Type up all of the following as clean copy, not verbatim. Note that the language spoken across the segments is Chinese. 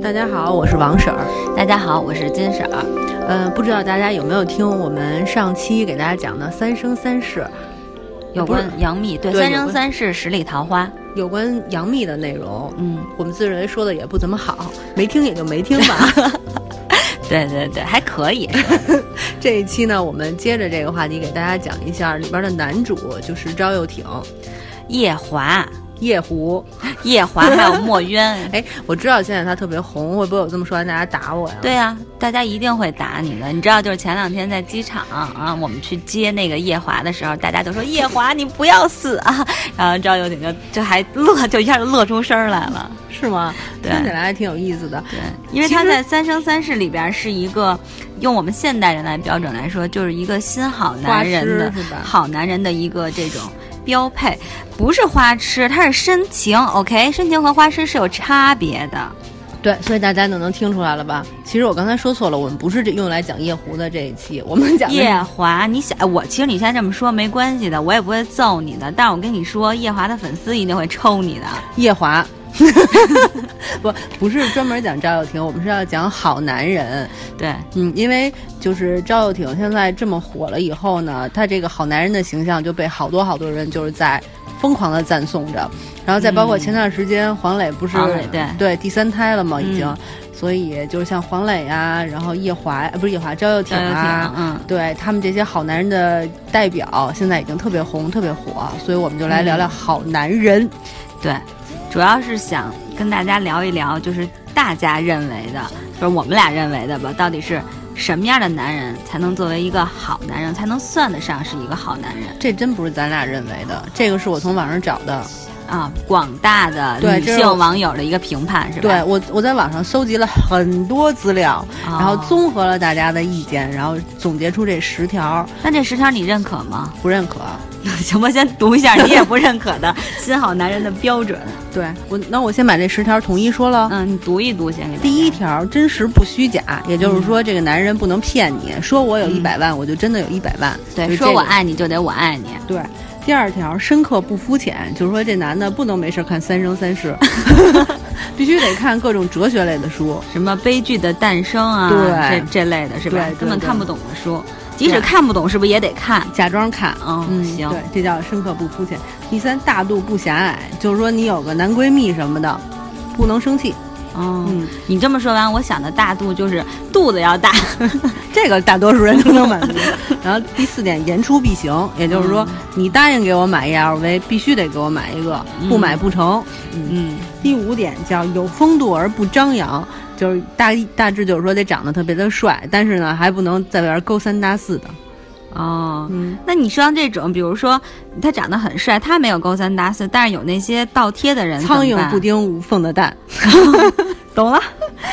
大家好，我是王婶儿。 大家好，我是金婶儿。 不知道大家有没有听我们上期给大家讲的三生三世， 有关杨幂，对，三生三世十里桃花， 有关杨幂的内容。我们自认为说的也不怎么好，没听也就没听吧。 对对对，还可以。 这一期呢，我们接着这个话题给大家讲一下里边的男主，就是赵又廷、 夜华、 夜壶、 夜华还有墨渊。 哎，我知道现在他特别红，会不会我这么说完大家打我呀？ 对啊，大家一定会打你的。你知道，就是前两天在机场啊，我们去接那个夜华的时候，大家都说夜华你不要死啊，然后赵又廷就还乐，就一下就乐出声来了。 是吗？听起来还挺有意思的。 对，因为他在《三生三世》里边是一个用我们现代人来标准来说，就是一个新好男人的好男人的一个这种标配，不是花痴，他是深情。OK， 深情和花痴是有差别的。 对，所以大家能听出来了吧？其实我刚才说错了，我们不是用来讲夜壶的这一期，我们讲夜华。你想，其实你现在这么说没关系的，我也不会揍你的，但是我跟你说，夜华的粉丝一定会抽你的。 夜华。不是专门讲赵又廷，我们是要讲好男人。 对， 因为就是赵又廷现在这么火了以后呢，他这个好男人的形象就被好多人就是在疯狂的赞颂着。然后再包括前段时间黄磊不是对第三胎了嘛，已经。所以就是像黄磊啊，然后赵又廷啊，对他们这些好男人的代表，现在已经特别红特别火，所以我们就来聊聊好男人。 对。主要是想跟大家聊一聊，就是大家认为的，就是我们俩认为的吧，到底是什么样的男人才能作为一个好男人，才能算得上是一个好男人？ 这真不是咱俩认为的，这个是我从网上找的啊，广大的女性网友的一个评判是吧？ 对，我在网上搜集了很多资料，然后综合了大家的意见，然后总结出这10条。 那这10条你认可吗？ 不认可。 行吧，先读一下你也不认可的新好男人的标准。 对，我先把这10条统一说了。 你读一读先给。 第一条，真实不虚假，也就是说，这个男人不能骗你，说我有100万，我就真的有100万。 对，说我爱你就得我爱你。 对。第二条，深刻不肤浅，就是说这男的不能没事看《三生三世》，必须得看各种哲学类的书， 什么悲剧的诞生啊， 对这类的是吧？ 对， 根本看不懂的书。即使看不懂，是不是也得看？ 假装看。 行。 对，这叫深刻不肤浅。第三，大度不狭隘，就是说你有个男闺蜜什么的，不能生气。 你这么说完，我想的大度就是肚子要大， 这个大多数人都能满足。然后第4点，言出必行，也就是说，你答应给我买一 LV， 必须得给我买一个，不买不成。第5点叫有风度而不张扬，就是大致就是说得长得特别的帅，但是呢还不能在外边勾3搭4的。 那你说这种，比如说他长得很帅，他没有勾3搭4，但是有那些倒贴的人， 苍蝇不叮无缝的蛋。 懂了。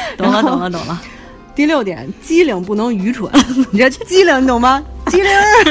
第6点，机灵不能愚蠢。你这机灵你懂吗？机灵。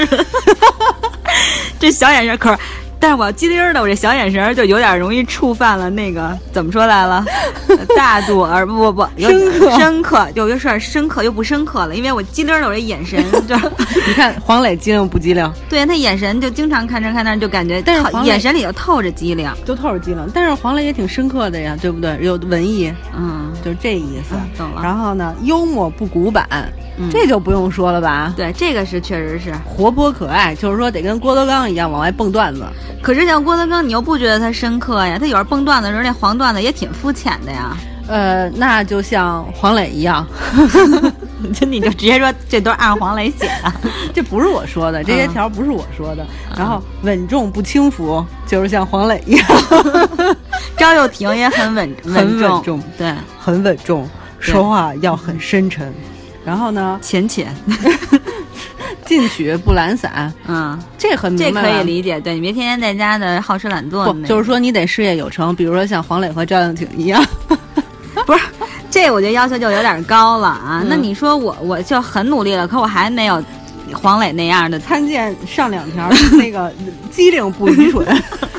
这小眼神可是。但是我要机灵的，我这小眼神就有点容易触犯了那个怎么说来了，大度而不深刻，有的是深刻又不深刻了，因为我机灵的我这眼神就你看黄磊机灵不机灵？ 对，他眼神就经常看那就感觉，但是眼神里头透着机灵， 就透着机灵。但是黄磊也挺深刻的呀，对不对？有文艺，就是这意思。 懂了。 然后呢，幽默不古板。这就不用说了吧？ 对，这个是确实是活泼可爱，就是说得跟郭德纲一样往外蹦段子。 可是像郭德纲，你又不觉得他深刻呀？他有时候蹦段子的时候，那黄段子也挺肤浅的呀。 那就像黄磊一样， 你就直接说这都是按黄磊写的， 这不是我说的，这些条不是我说的。然后稳重不轻浮，就是像黄磊一样。 赵又廷也很稳重，对， 很稳重，说话要很深沉。然后呢， 浅进取不懒散，这很明白， 这可以理解。对，你别天天在家的好吃懒做， 就是说你得事业有成，比如说像黄磊和赵又廷一样。 不是，这我觉得要求就有点高了啊。那你说我就很努力了，可我还没有黄磊那样的。 参见上2条，那个机灵不愚蠢。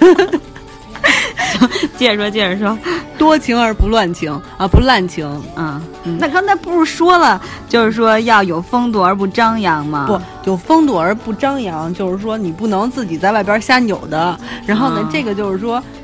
接着说， 多情而不乱情啊，不滥情。 那刚才不是说了，就是说要有风度而不张扬吗？ 不，有风度而不张扬，就是说你不能自己在外边瞎扭的。然后呢，这个就是说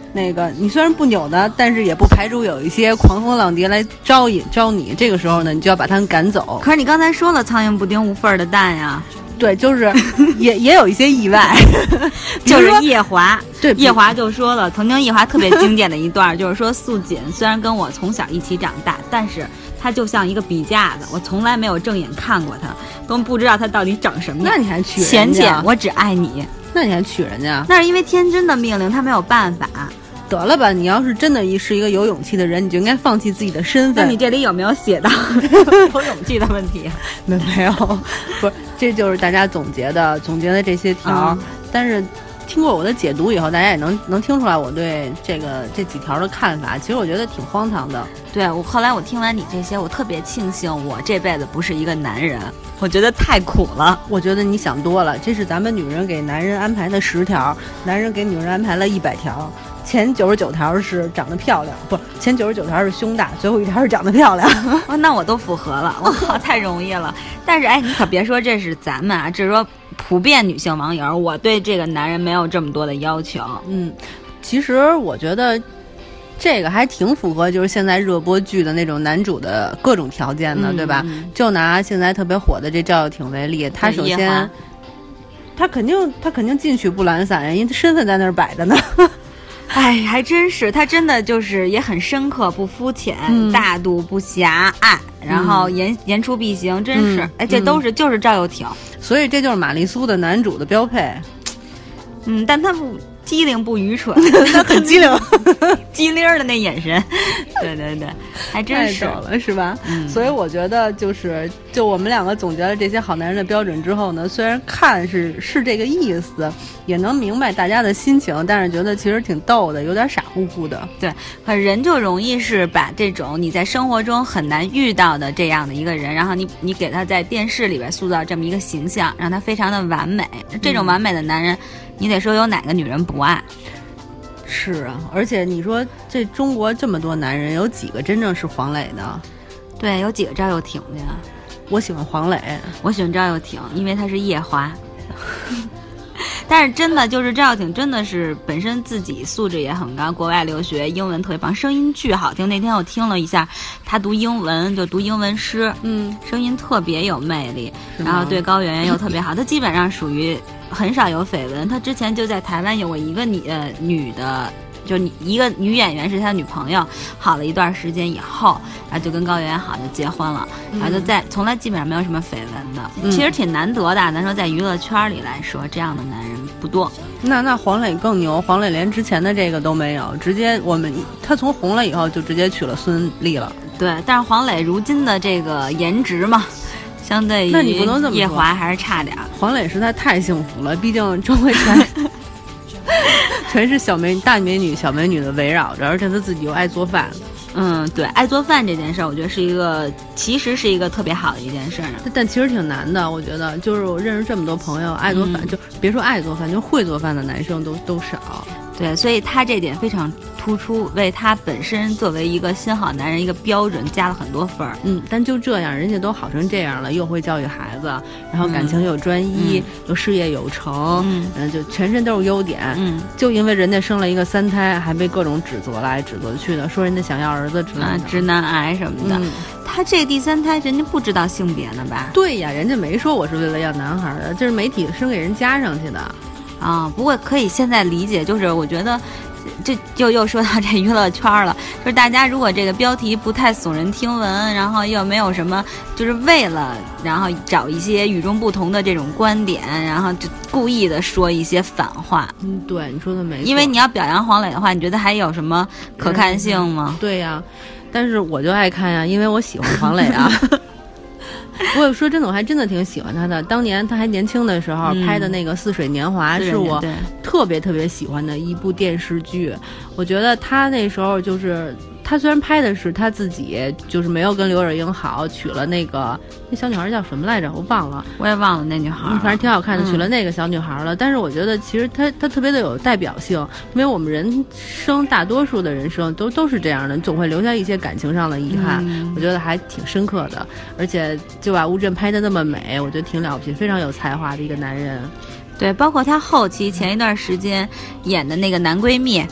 那个你虽然不扭的，但是也不排除有一些狂风浪蝶来招你。这个时候呢，你就要把他们赶走。 可是你刚才说了，苍蝇不叮无缝的蛋呀。 对，就是也有一些意外， 就是夜华。 对， 夜华就说了，曾经夜华特别经典的一段，就是说素锦虽然跟我从小一起长大，但是她就像一个笔架子，我从来没有正眼看过她，都不知道她到底长什么样。 那你还娶人家？ 浅浅，我只爱你。 那你还娶人家？ 那是因为天真的命令，他没有办法。 得了吧，你要是真的是一个有勇气的人，你就应该放弃自己的身份。 那你这里有没有写到有勇气的问题？ 没有，不是，这就是大家总结的这些条。但是听过我的解读以后，大家也能听出来我对这几条的看法。其实我觉得挺荒唐的。 对，后来我听完你这些，我特别庆幸我这辈子不是一个男人，我觉得太苦了。 我觉得你想多了，这是咱们女人给男人安排的10条，男人给女人安排了100条。前99条是长得漂亮，不，前99条是胸大，最后1条是长得漂亮。 那我都符合了，我靠，太容易了。但是你可别说这是咱们啊，只是说普遍女性网友，我对这个男人没有这么多的要求。 其实我觉得这个还挺符合就是现在热播剧的那种男主的各种条件的，对吧？就拿现在特别火的这赵又廷为例，他首先他肯定进取不懒散呀，因为他身份在那儿摆着呢。 哎，还真是，他真的就是也很深刻，不肤浅，大度不狭隘，然后言出必行，真是，这都是就是赵又廷， 所以这就是玛丽苏的男主的标配。 但他不机灵不愚蠢， 他很机灵， 机灵的那眼神，对，还真是太逗了，是吧？所以我觉得就我们两个总结了这些好男人的标准之后呢，虽然看是这个意思，也能明白大家的心情，但是觉得其实挺逗的，有点傻乎乎的。 对，人就容易是把这种你在生活中很难遇到的这样的一个人，然后你给他在电视里边塑造这么一个形象，让他非常的完美。这种完美的男人，你得说有哪个女人不爱？ 是啊，而且你说这中国这么多男人，有几个真正是黄磊的？ 对，有几个赵又廷的呀？ 我喜欢黄磊， 我喜欢赵又廷，因为他是夜华。但是真的就是赵又廷真的是本身自己素质也很高，国外留学，英文特别棒，声音巨好听。那天我听了一下他读英文，就读英文诗，声音特别有魅力，然后对高圆圆又特别好。他基本上属于很少有绯闻，他之前就在台湾有过一个女的，就一个女演员是他女朋友，好了一段时间以后，然后就跟高圆圆好就结婚了，然后就从来基本上没有什么绯闻的，其实挺难得的。咱说在娱乐圈里来说，这样的男人不多。 那黄磊更牛，黄磊连之前的这个都没有，直接他从红了以后就直接娶了孙俪了。 对，但是黄磊如今的这个颜值嘛，相对于那你不能这么说， 夜华还是差点。 黄磊实在太幸福了，毕竟周围全是大美女、小美女的围绕着，而且他自己又爱做饭。 对，爱做饭这件事儿，我觉得其实是一个特别好的一件事儿。 但其实挺难的，我觉得，就是我认识这么多朋友，爱做饭，就别说爱做饭，就会做饭的男生都少。 对，所以他这点非常突出，为他本身作为一个新好男人一个标准加了很多分儿。 但就这样，人家都好成这样了，又会教育孩子，然后感情又专一，又事业有成，就全身都是优点。就因为人家生了一个3胎，还被各种指责来指责去的，说人家想要儿子直男癌什么的。他这个第3胎，人家不知道性别呢吧？ 对呀，人家没说我是为了要男孩的，这是媒体生给人加上去的。 不过可以现在理解，就是我觉得这又说到这娱乐圈了，就是大家如果这个标题不太耸人听闻，然后又没有什么就是为了然后找一些与众不同的这种观点，然后就故意的说一些反话。 对，你说的没错。 因为你要表扬黄磊的话，你觉得还有什么可看性吗？ 对呀，但是我就爱看呀，因为我喜欢黄磊啊。我说真的，我还真的挺喜欢他的。当年他还年轻的时候拍的那个《似水年华》是我特别特别喜欢的一部电视剧。我觉得他那时候就是他虽然拍的是他自己，就是没有跟刘若英好，娶了那小女孩叫什么来着，我忘了， 我也忘了那女孩， 反正挺好看的，娶了那个小女孩了。但是我觉得其实他特别的有代表性，因为我们人生大多数的人生都是这样的，总会留下一些感情上的遗憾。我觉得还挺深刻的，而且就把乌镇拍得那么美，我觉得挺了不起，非常有才华的一个男人。 对，包括他后期前一段时间演的那个男闺蜜。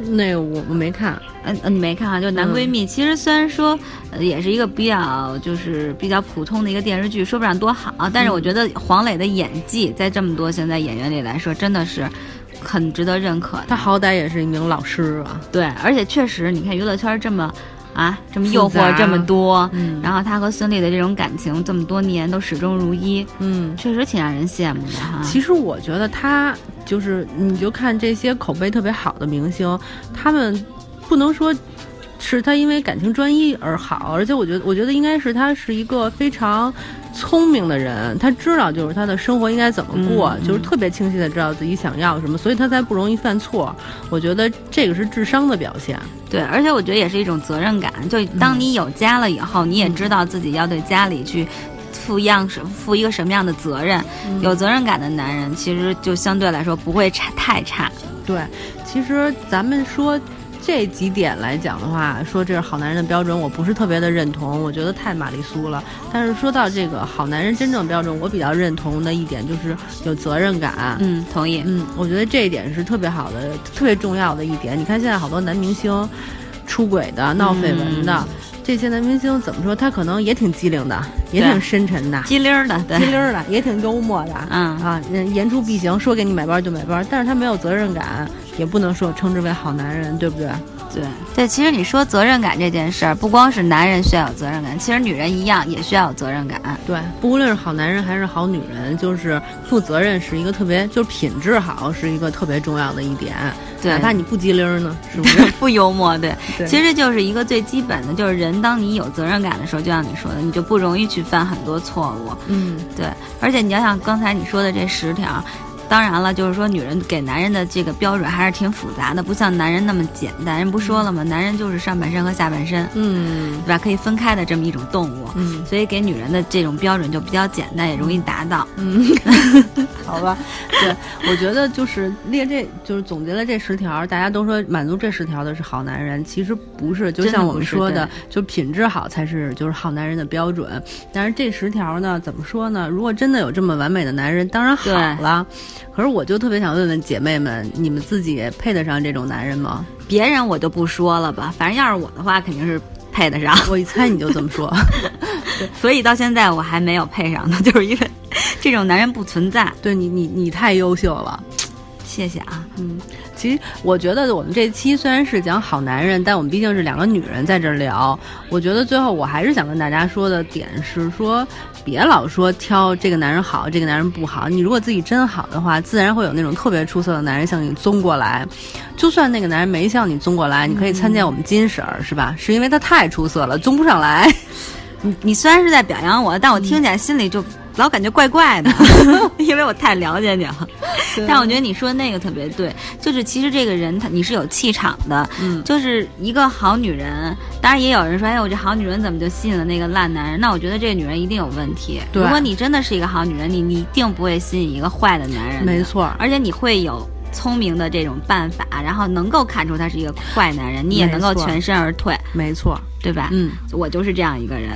那个我没看。 你没看啊？就男闺蜜，其实虽然说也是一个比较普通的一个电视剧，说不上多好，但是我觉得黄磊的演技在这么多现在演员里来说，真的是很值得认可的。 他好歹也是一名老师啊。 对，而且确实，你看娱乐圈这么诱惑这么多，然后他和孙俪的这种感情这么多年都始终如一，确实挺让人羡慕的哈。 其实我觉得他就是你就看这些口碑特别好的明星，他们不能说是他因为感情专一而好，而且我觉得应该是他是一个非常聪明的人，他知道就是他的生活应该怎么过，就是特别清晰的知道自己想要什么，所以他才不容易犯错。我觉得这个是智商的表现。 对，而且我觉得也是一种责任感，就当你有家了以后，你也知道自己要对家里去负一个什么样的责任。有责任感的男人其实就相对来说不会太差。 对，其实咱们说这几点来讲的话，说这是好男人的标准，我不是特别的认同，我觉得太玛丽苏了。但是说到这个好男人真正标准，我比较认同的一点就是有责任感。 同意。 我觉得这一点是特别好的，特别重要的一点。你看现在好多男明星出轨的、闹绯闻的，这些男明星怎么说？他可能也挺机灵的，也挺深沉的， 机灵的， 也挺幽默的。言出必行，说给你买包就买包，但是他没有责任感，也不能说称之为好男人，对不对？ 对，其实你说责任感这件事儿，不光是男人需要有责任感，其实女人一样也需要有责任感。 对，不论是好男人还是好女人，就是负责任是一个特别，就是品质好是一个特别重要的一点。 对， 哪怕你不机灵呢，是不是？ 不幽默，对，其实就是一个最基本的，就是人当你有责任感的时候，就像你说的，你就不容易去犯很多错误。对，而且你要像刚才你说的这10条。当然了，就是说女人给男人的这个标准还是挺复杂的，不像男人那么简单。人不说了吗？男人就是上半身和下半身，对吧？可以分开的这么一种动物，所以给女人的这种标准就比较简单，也容易达到。 好吧，对，我觉得就是就是总结了这10条，大家都说满足这10条的是好男人，其实不是，就像我们说的，就品质好才是就是好男人的标准。但是这10条呢，怎么说呢？如果真的有这么完美的男人，当然好了。可是我就特别想问问姐妹们，你们自己配得上这种男人吗？ 别人我就不说了吧，反正要是我的话，肯定是配得上。 我一猜你就这么说。 对，所以到现在我还没有配上呢，就是因为这种男人不存在。 对你太优秀了， 谢谢啊。 其实我觉得我们这期虽然是讲好男人，但我们毕竟是2个女人在这儿聊。我觉得最后我还是想跟大家说的点是说，别老说挑这个男人好，这个男人不好。你如果自己真好的话，自然会有那种特别出色的男人向你综过来。就算那个男人没向你综过来，你可以参见我们金婶儿，是吧？是因为他太出色了，综不上来。 你虽然是在表扬我，但我听起来心里就老感觉怪怪的，因为我太了解你了。但我觉得你说的那个特别对，就是其实这个人你是有气场的，就是一个好女人。当然也有人说，我这好女人怎么就吸引了那个烂男人？那我觉得这个女人一定有问题。如果你真的是一个好女人，你一定不会吸引一个坏的男人。 没错， 而且你会有聪明的这种办法，然后能够看出他是一个坏男人，你也能够全身而退。 没错， 对吧？我就是这样一个人。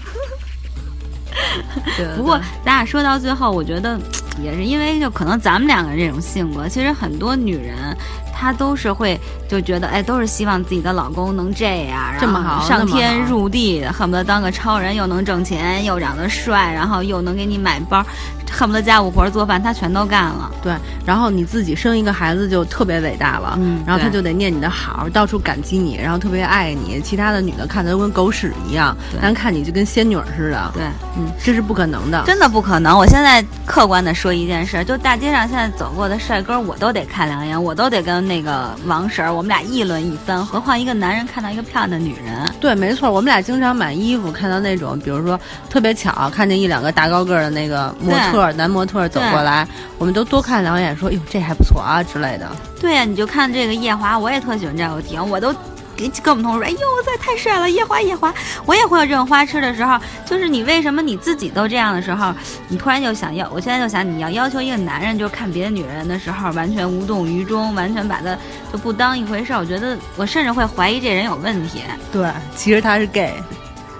对， 不过咱俩说到最后，我觉得也是因为就可能咱们2个人这种性格，其实很多女人她都是会就觉得都是希望自己的老公能这样， 这么好， 上天入地的，恨不得当个超人，又能挣钱，又长得帅，然后又能给你买包，恨不得家务活做饭他全都干了。 对，然后你自己生一个孩子就特别伟大了，然后他就得念你的好，到处感激你，然后特别爱你，其他的女的看的都跟狗屎一样，咱看你就跟仙女似的。 对， 这是不可能的， 真的不可能。我现在客观的说一件事，就大街上现在走过的帅哥，我都得看2眼，我都得跟那个王婶我们俩议论一番，何况一个男人看到一个漂亮的女人。 对，没错，我们俩经常买衣服，看到那种比如说特别巧看见1、2个大高个的那个模特男模特走过来，我们都多看2眼，说哟这还不错啊之类的。 对呀，你就看这个夜华，我也特喜欢赵又廷，我都跟我们同事说，哎呦塞，太帅了，夜华夜华。我也会有这种花痴的时候，就是你为什么你自己都这样的时候，你突然就想要，我现在就想你要求一个男人，就是看别的女人的时候完全无动于衷，完全把他就不当一回事，我觉得我甚至会怀疑这人有问题。 对，其实他是 gay。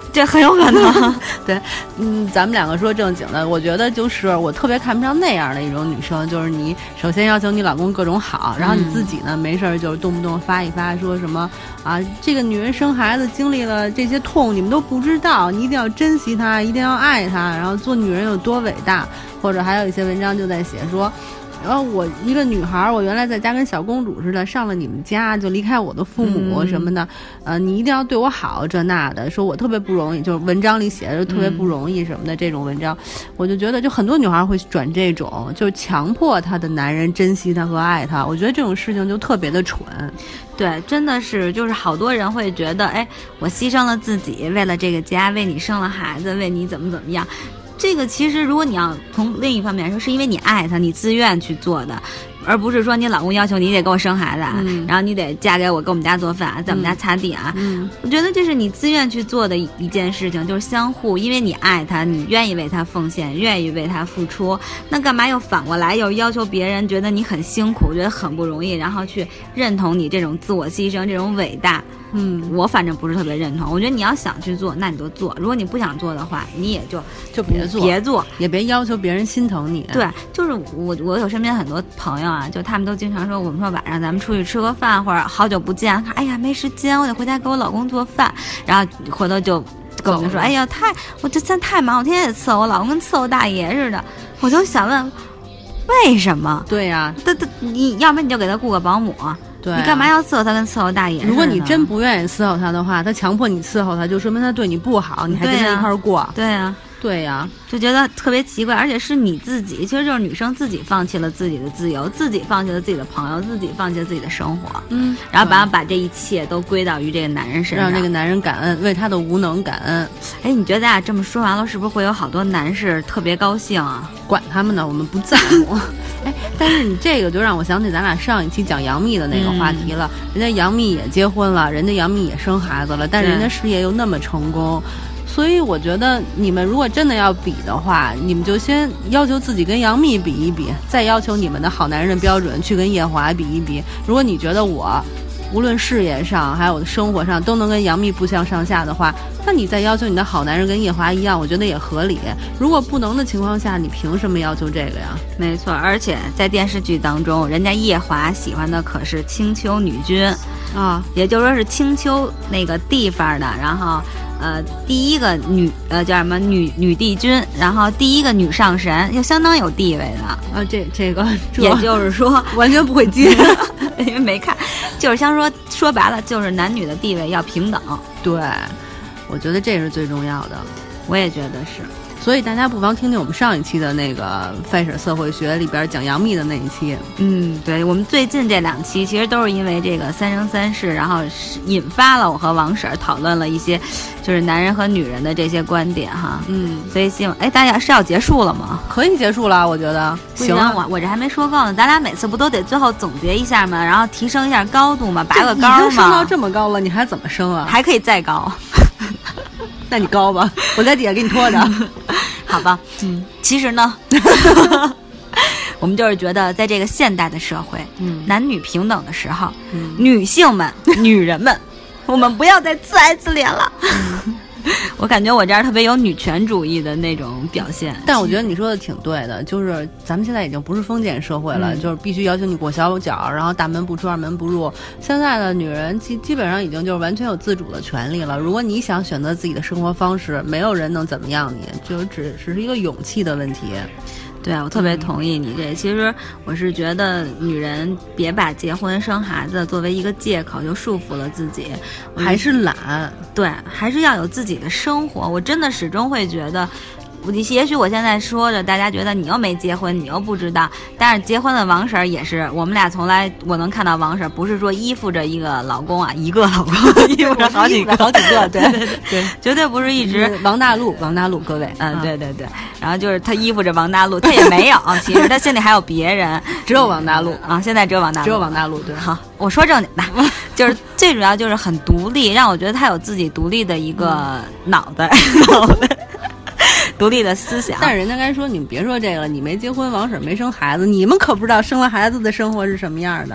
这很有可能。 对，咱们两个说正经的，我觉得就是我特别看不上那样的一种女生，就是你首先要求你老公各种好，然后你自己呢没事就是动不动发一发说什么啊，这个女人生孩子经历了这些痛你们都不知道，你一定要珍惜她，一定要爱她，然后做女人有多伟大，或者还有一些文章就在写说。然后我一个女孩，我原来在家跟小公主似的，上了你们家就离开我的父母什么的，你一定要对我好，这那的，说我特别不容易，就是文章里写的特别不容易什么的这种文章，我就觉得就很多女孩会转这种，就是强迫她的男人珍惜她和爱她，我觉得这种事情就特别的蠢。 对，真的是，就是好多人会觉得，哎，我牺牲了自己，为了这个家，为你生了孩子，为你怎么样。这个其实如果你要从另一方面来说，是因为你爱他，你自愿去做的，而不是说你老公要求你得给我生孩子，然后你得嫁给我，给我们家做饭，在我们家擦地啊。我觉得这是你自愿去做的一件事情，就是相互，因为你爱他，你愿意为他奉献，愿意为他付出，那干嘛又反过来又要求别人觉得你很辛苦，觉得很不容易，然后去认同你这种自我牺牲，这种伟大。我反正不是特别认同。我觉得你要想去做，那你就做；如果你不想做的话，你也就别做， 也别要求别人心疼你。 对，就是我有身边很多朋友啊，就他们都经常说，我们说晚上咱们出去吃个饭，或者好久不见，哎呀没时间，我得回家给我老公做饭，然后回头就跟我们说，哎呀我这现在太忙，我天天得伺候我老公，跟伺候大爷似的。我就想问，为什么？ 对呀， 你要不然你就给他雇个保姆。 对， 你干嘛要伺候他跟伺候大爷？ 如果你真不愿意伺候他的话，他强迫你伺候他，就说明他对你不好，你还跟他一块儿过。 对呀，就觉得特别奇怪，而且是你自己，其实就是女生自己放弃了自己的自由，自己放弃了自己的朋友，自己放弃了自己的生活，然后把这一切都归到于这个男人身上， 让这个男人感恩，为他的无能感恩。 哎，你觉得咱俩这么说完了，是不是会有好多男士特别高兴啊？ 管他们呢，我们不在乎。哎，但是你这个就让我想起咱俩上一期讲杨幂的那个话题了。人家杨幂也结婚了，人家杨幂也生孩子了，但是人家事业又那么成功。所以我觉得你们如果真的要比的话，你们就先要求自己跟杨幂比一比，再要求你们的好男人的标准去跟夜华比一比。如果你觉得我无论事业上还有生活上都能跟杨幂不相上下的话，那你再要求你的好男人跟夜华一样，我觉得也合理。如果不能的情况下，你凭什么要求这个呀？ 没错，而且在电视剧当中，人家夜华喜欢的可是青丘女君啊，也就是说是青丘那个地方的，然后第一个叫什么女帝君，然后第一个女上神，又相当有地位的啊。这个也就是说完全不会接， 因为没看，就是像说白了，就是男女的地位要平等。 对，我觉得这是最重要的。 我也觉得是。 所以大家不妨听听我们上一期的那个《费舍社会学》里边讲杨幂的那一期。 对，我们最近这2期其实都是因为这个三生三世，然后引发了我和王婶讨论了一些就是男人和女人的这些观点哈。所以希望大家是要结束了吗？ 可以结束了，我觉得。行啊，我这还没说够呢，咱俩每次不都得最后总结一下吗？然后提升一下高度吗？拔个高吗？ 已经升到这么高了，你还怎么升啊？ 还可以再高。 那你高吧，我在底下给你拖着。 好吧，其实呢，我们就是觉得在这个现代的社会，男女平等的时候，女性们、女人们，我们不要再自爱自怜了。我感觉我这儿特别有女权主义的那种表现， 但我觉得你说的挺对的，就是咱们现在已经不是封建社会了，就是必须要求你裹小脚，然后大门不出二门不入。现在的女人基本上已经就是完全有自主的权利了。如果你想选择自己的生活方式，没有人能怎么样你，就只是一个勇气的问题。 对啊，我特别同意你这。其实我是觉得女人别把结婚生孩子作为一个借口就束缚了自己， 还是懒。 对，还是要有自己的生活。我真的始终会觉得，也许我现在说着，大家觉得你又没结婚，你又不知道。但是结婚的王婶也是，我们俩从来我能看到王婶不是说依附着一个老公啊，一个老公依附着好几个，对，绝对不是一直王大陆，各位， 对，然后就是他依附着王大陆，他也没有，其实他心里还有别人， 只有王大陆啊，现在只有王大陆， 对， 好，我说正经的，就是最主要就是很独立，让我觉得他有自己独立的一个脑袋。独立的思想， 但是人家该说你们别说这个了，你没结婚，王婶没生孩子，你们可不知道生了孩子的生活是什么样的。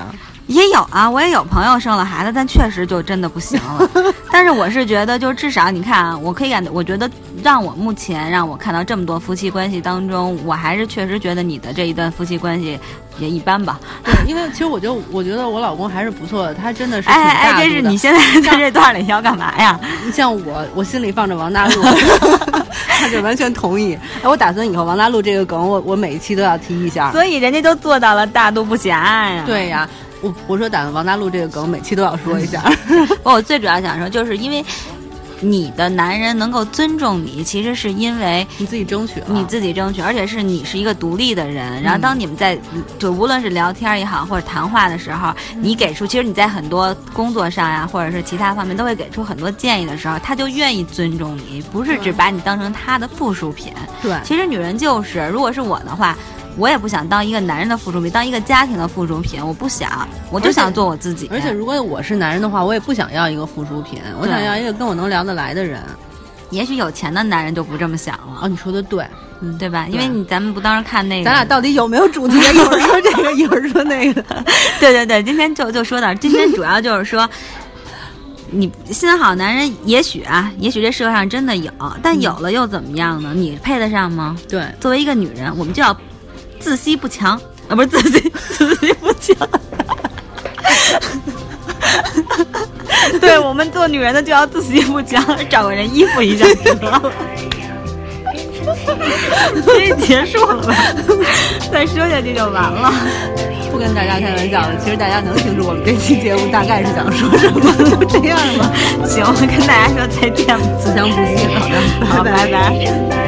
也有啊，我也有朋友生了孩子，但确实就真的不行了。但是我是觉得，就至少你看啊，我觉得目前让我看到这么多夫妻关系当中，我还是确实觉得你的这一段夫妻关系也一般吧。 对，因为其实我觉得我老公还是不错的，他真的是挺大度的。 这是你现在在这段里要干嘛呀？ 像我心里放着王大陆，他就完全同意。我打算以后王大陆这个梗，我每一期都要提一下。 所以人家都做到了大度不狭呀。 对呀。我说打算王大陆这个梗每期都要说一下。 我最主要想说，就是因为你的男人能够尊重你，其实是因为你自己争取了， 而且是你是一个独立的人。然后当你们在就无论是聊天也好，或者谈话的时候，你给出，其实你在很多工作上呀，或者是其他方面都会给出很多建议的时候，他就愿意尊重你，不是只把你当成他的附属品。 对， 其实女人就是，如果是我的话，我也不想当一个男人的附属品，当一个家庭的附属品，我不想，我就想做我自己。 而且如果我是男人的话，我也不想要一个附属品，我想要一个跟我能聊得来的人。 也许有钱的男人就不这么想了。 哦，你说的对， 对吧？因为咱们不当时看那个， 咱俩到底有没有主题？一会儿说这个，一会儿说那个。 对，今天就说到，今天主要就是说。你心好男人也许这社会上真的有，但有了又怎么样呢？你配得上吗？ 对， 作为一个女人，我们就要自惜不强啊，不是自惜不强。对，我们做女人的就要自惜不强，找个人依附一下得了。这结束了吧？再说下去就完了。 不跟大家开玩笑的，其实大家能听出我们这期节目大概是想说什么，就这样吧。 行，跟大家说再见， 自强不息，好的， 好，拜拜。